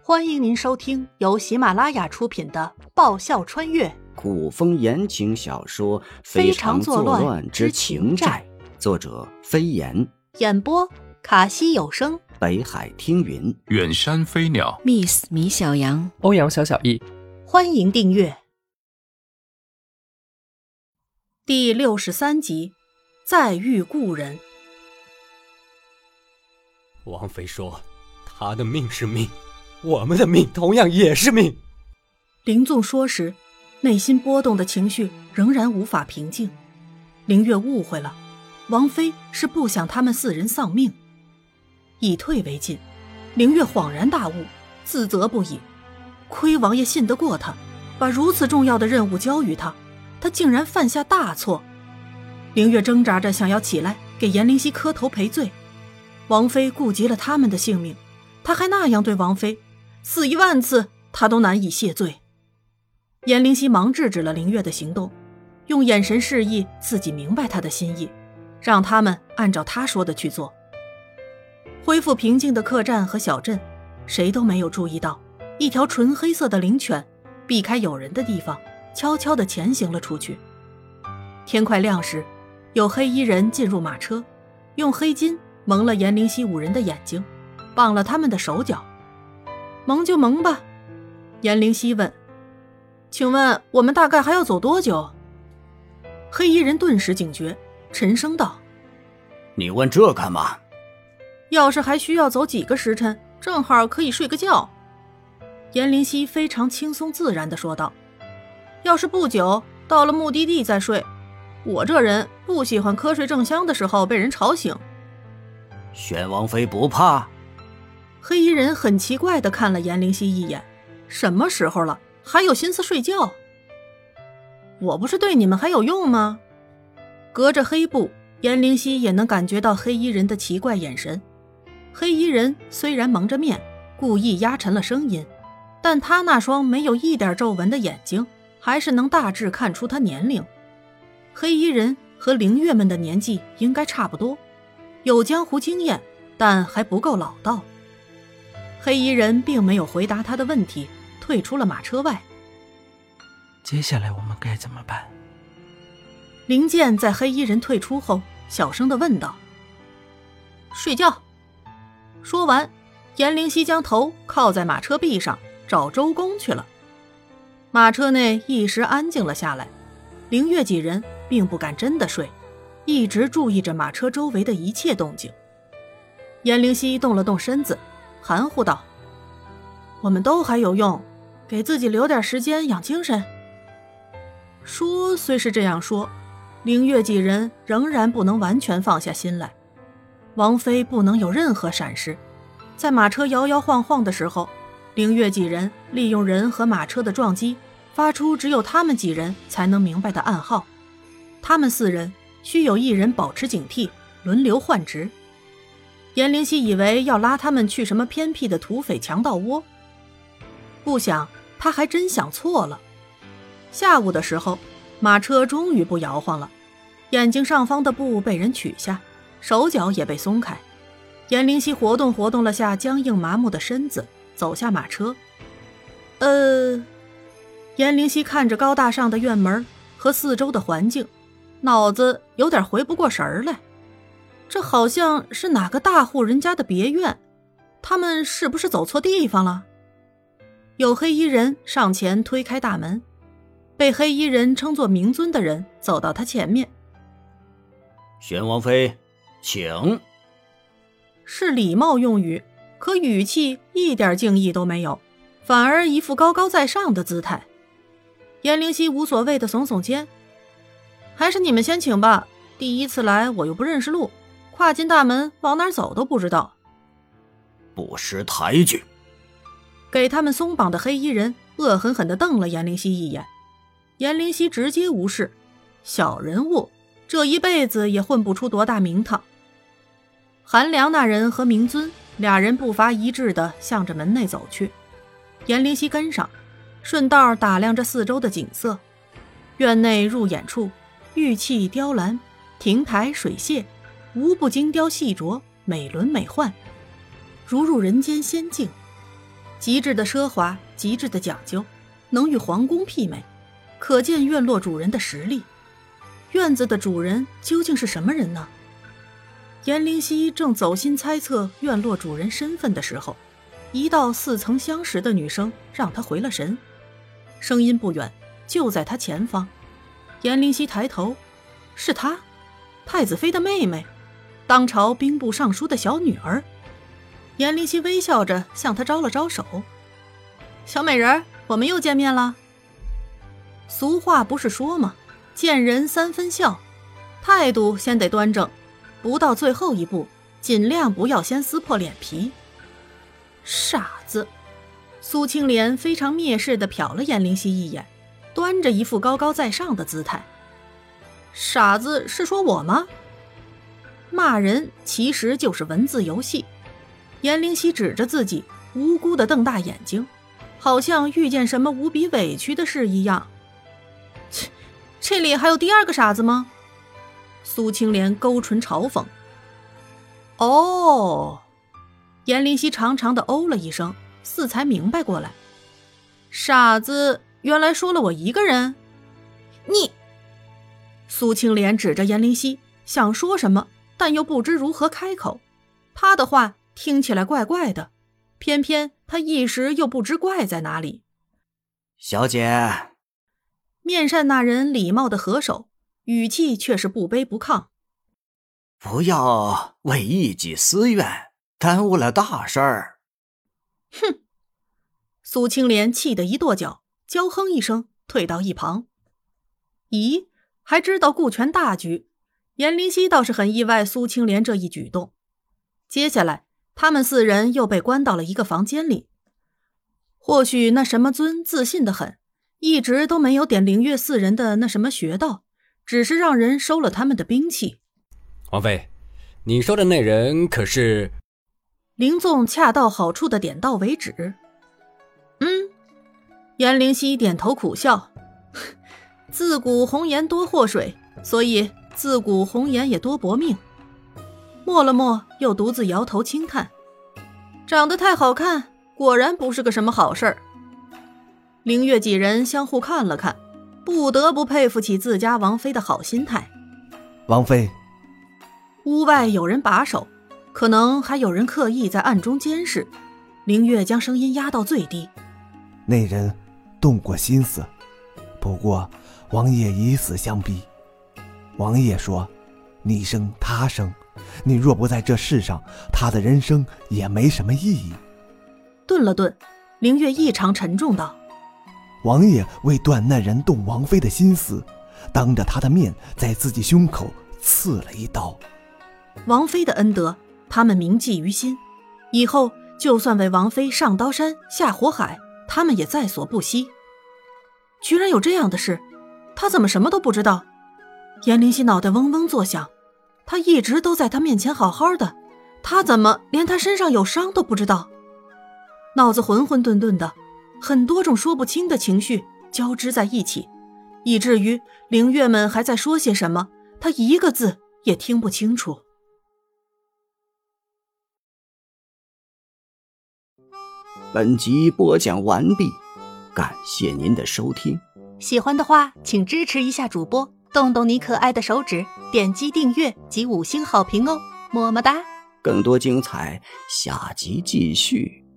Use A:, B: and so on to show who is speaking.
A: 欢迎您收听由喜马拉雅出品的《爆笑穿越
B: 古风言情小说《
A: 非常作乱之情债》，
B: 作者飞檐，
A: 演播卡西有声，
B: 北海听云，
C: 远山飞鸟
D: Miss 米小羊，
E: 欧阳小小易。
A: 欢迎订阅。第63集，再遇故人。
E: 王妃说他的命是命，我们的命同样也是命。
A: 林纵说时，内心波动的情绪仍然无法平静。凌月误会了，王妃是不想他们四人丧命。以退为进，凌月恍然大悟，自责不已。亏王爷信得过他，把如此重要的任务交予他，他竟然犯下大错。凌月挣扎着想要起来给颜灵犀磕头赔罪，王妃顾及了他们的性命，他还那样对王妃，死1万次他都难以谢罪。颜灵犀忙制止了凌月的行动，用眼神示意自己明白他的心意，让他们按照他说的去做。恢复平静的客栈和小镇，谁都没有注意到一条纯黑色的灵犬避开有人的地方，悄悄地前行了出去。天快亮时，有黑衣人进入马车，用黑巾蒙了颜灵犀5人的眼睛，绑了他们的手脚。蒙就蒙吧，颜灵犀问，请问我们大概还要走多久？黑衣人顿时警觉，沉声道，
B: 你问这干嘛？
A: 要是还需要走几个时辰，正好可以睡个觉。颜灵犀非常轻松自然地说道，要是不久，到了目的地再睡。我这人不喜欢瞌睡正香的时候被人吵醒。
B: 宣王妃不怕？
A: 黑衣人很奇怪地看了颜灵犀一眼，什么时候了，还有心思睡觉？我不是对你们还有用吗？隔着黑布，颜灵犀也能感觉到黑衣人的奇怪眼神。黑衣人虽然蒙着面，故意压沉了声音，但他那双没有一点皱纹的眼睛还是能大致看出他年龄。黑衣人和灵月们的年纪应该差不多，有江湖经验，但还不够老道。黑衣人并没有回答他的问题，退出了马车外。
F: 接下来我们该怎么办？
A: 灵剑在黑衣人退出后小声地问道。睡觉。说完，颜灵犀将头靠在马车壁上找周公去了。马车内一时安静了下来，凌月几人并不敢真的睡，一直注意着马车周围的一切动静。颜灵犀动了动身子，含糊道，我们都还有用，给自己留点时间养精神。说虽是这样说，凌月几人仍然不能完全放下心来。王妃不能有任何闪失，在马车摇摇晃晃的时候，凌月几人利用人和马车的撞击，发出只有他们几人才能明白的暗号。他们4人需有1人保持警惕，轮流换职。颜灵犀以为要拉他们去什么偏僻的土匪强盗窝，不想他还真想错了。下午的时候，马车终于不摇晃了，眼睛上方的布被人取下，手脚也被松开。颜灵犀活动了下僵硬麻木的身子，走下马车。颜灵犀看着高大上的院门和四周的环境，脑子有点回不过神来。这好像是哪个大户人家的别院，他们是不是走错地方了？有黑衣人上前推开大门，被黑衣人称作明尊的人走到他前面。
B: 宣王妃，请。
A: 是礼貌用语，可语气一点敬意都没有，反而一副高高在上的姿态。颜灵犀无所谓的耸耸肩，还是你们先请吧，第一次来我又不认识路，跨进大门往哪走都不知道。
B: 不识抬举。
A: 给他们松绑的黑衣人恶狠狠地瞪了颜灵犀一眼，颜灵犀直接无视，小人物这一辈子也混不出多大名堂。韩良那人和明尊俩人步伐一致地向着门内走去，颜灵犀跟上，顺道打量着四周的景色。院内入眼处，玉器雕栏，亭台水榭，无不精雕细琢，美轮美奂，如入人间仙境。 极致的奢华，极致的讲究，能与皇宫媲美，可见院落主人的实力。院子的主人究竟是什么人呢？颜灵犀正走心猜测院落主人身份的时候，一道似曾相识的女声让他回了神。声音不远，就在他前方。颜灵犀抬头，是她，太子妃的妹妹，当朝兵部尚书的小女儿。颜灵犀微笑着向她招了招手，小美人，我们又见面了。俗话不是说吗？见人三分笑，态度先得端正，不到最后一步，尽量不要先撕破脸皮。傻子！苏青莲非常蔑视地瞟了颜灵犀一眼，端着一副高高在上的姿态。傻子是说我吗？骂人其实就是文字游戏。颜灵犀指着自己，无辜地瞪大眼睛，好像遇见什么无比委屈的事一样。切，这里还有第二个傻子吗？苏青莲勾唇嘲讽。哦，颜灵犀长长的哦了一声，似才明白过来。傻子原来说了我一个人？你！苏青莲指着颜灵犀，想说什么，但又不知如何开口。他的话听起来怪怪的，偏偏他一时又不知怪在哪里。
B: 小姐。
A: 面善那人礼貌地合手，语气却是不卑不亢。
B: 不要为一己私怨耽误了大事儿。
A: 哼！苏青莲气得一跺脚，娇哼一声，退到一旁。咦，还知道顾全大局，颜灵犀倒是很意外苏青莲这一举动。接下来他们四人又被关到了一个房间里。或许那什么尊自信得很，一直都没有点灵月四人的那什么穴道，只是让人收了他们的兵器。
E: 王妃，你说的那人可是……
A: 林纵恰到好处的点到为止。颜灵犀点头苦笑，自古红颜多祸水，所以自古红颜也多薄命。默了默，又独自摇头轻叹，长得太好看，果然不是个什么好事儿。灵月几人相互看了看，不得不佩服起自家王妃的好心态。
C: 王妃。
A: 屋外有人把守，可能还有人刻意在暗中监视。灵月将声音压到最低，
C: 那人动过心思，不过王爷以死相逼。王爷说，你生他生，你若不在这世上，他的人生也没什么意义。
A: 顿了顿，灵月异常沉重道，
C: 王爷为断那人动王妃的心思，当着他的面在自己胸口刺了一刀。
A: 王妃的恩德他们铭记于心，以后就算为王妃上刀山下火海，他们也在所不惜。居然有这样的事，他怎么什么都不知道？颜灵犀脑袋嗡嗡作响，他一直都在他面前好好的，他怎么连他身上有伤都不知道？脑子混混沌沌的，很多种说不清的情绪交织在一起，以至于灵月们还在说些什么，他一个字也听不清楚。
B: 本集播讲完毕，感谢您的收听。
A: 喜欢的话，请支持一下主播，动动你可爱的手指，点击订阅及5星好评哦，么么哒！
B: 更多精彩，下集继续。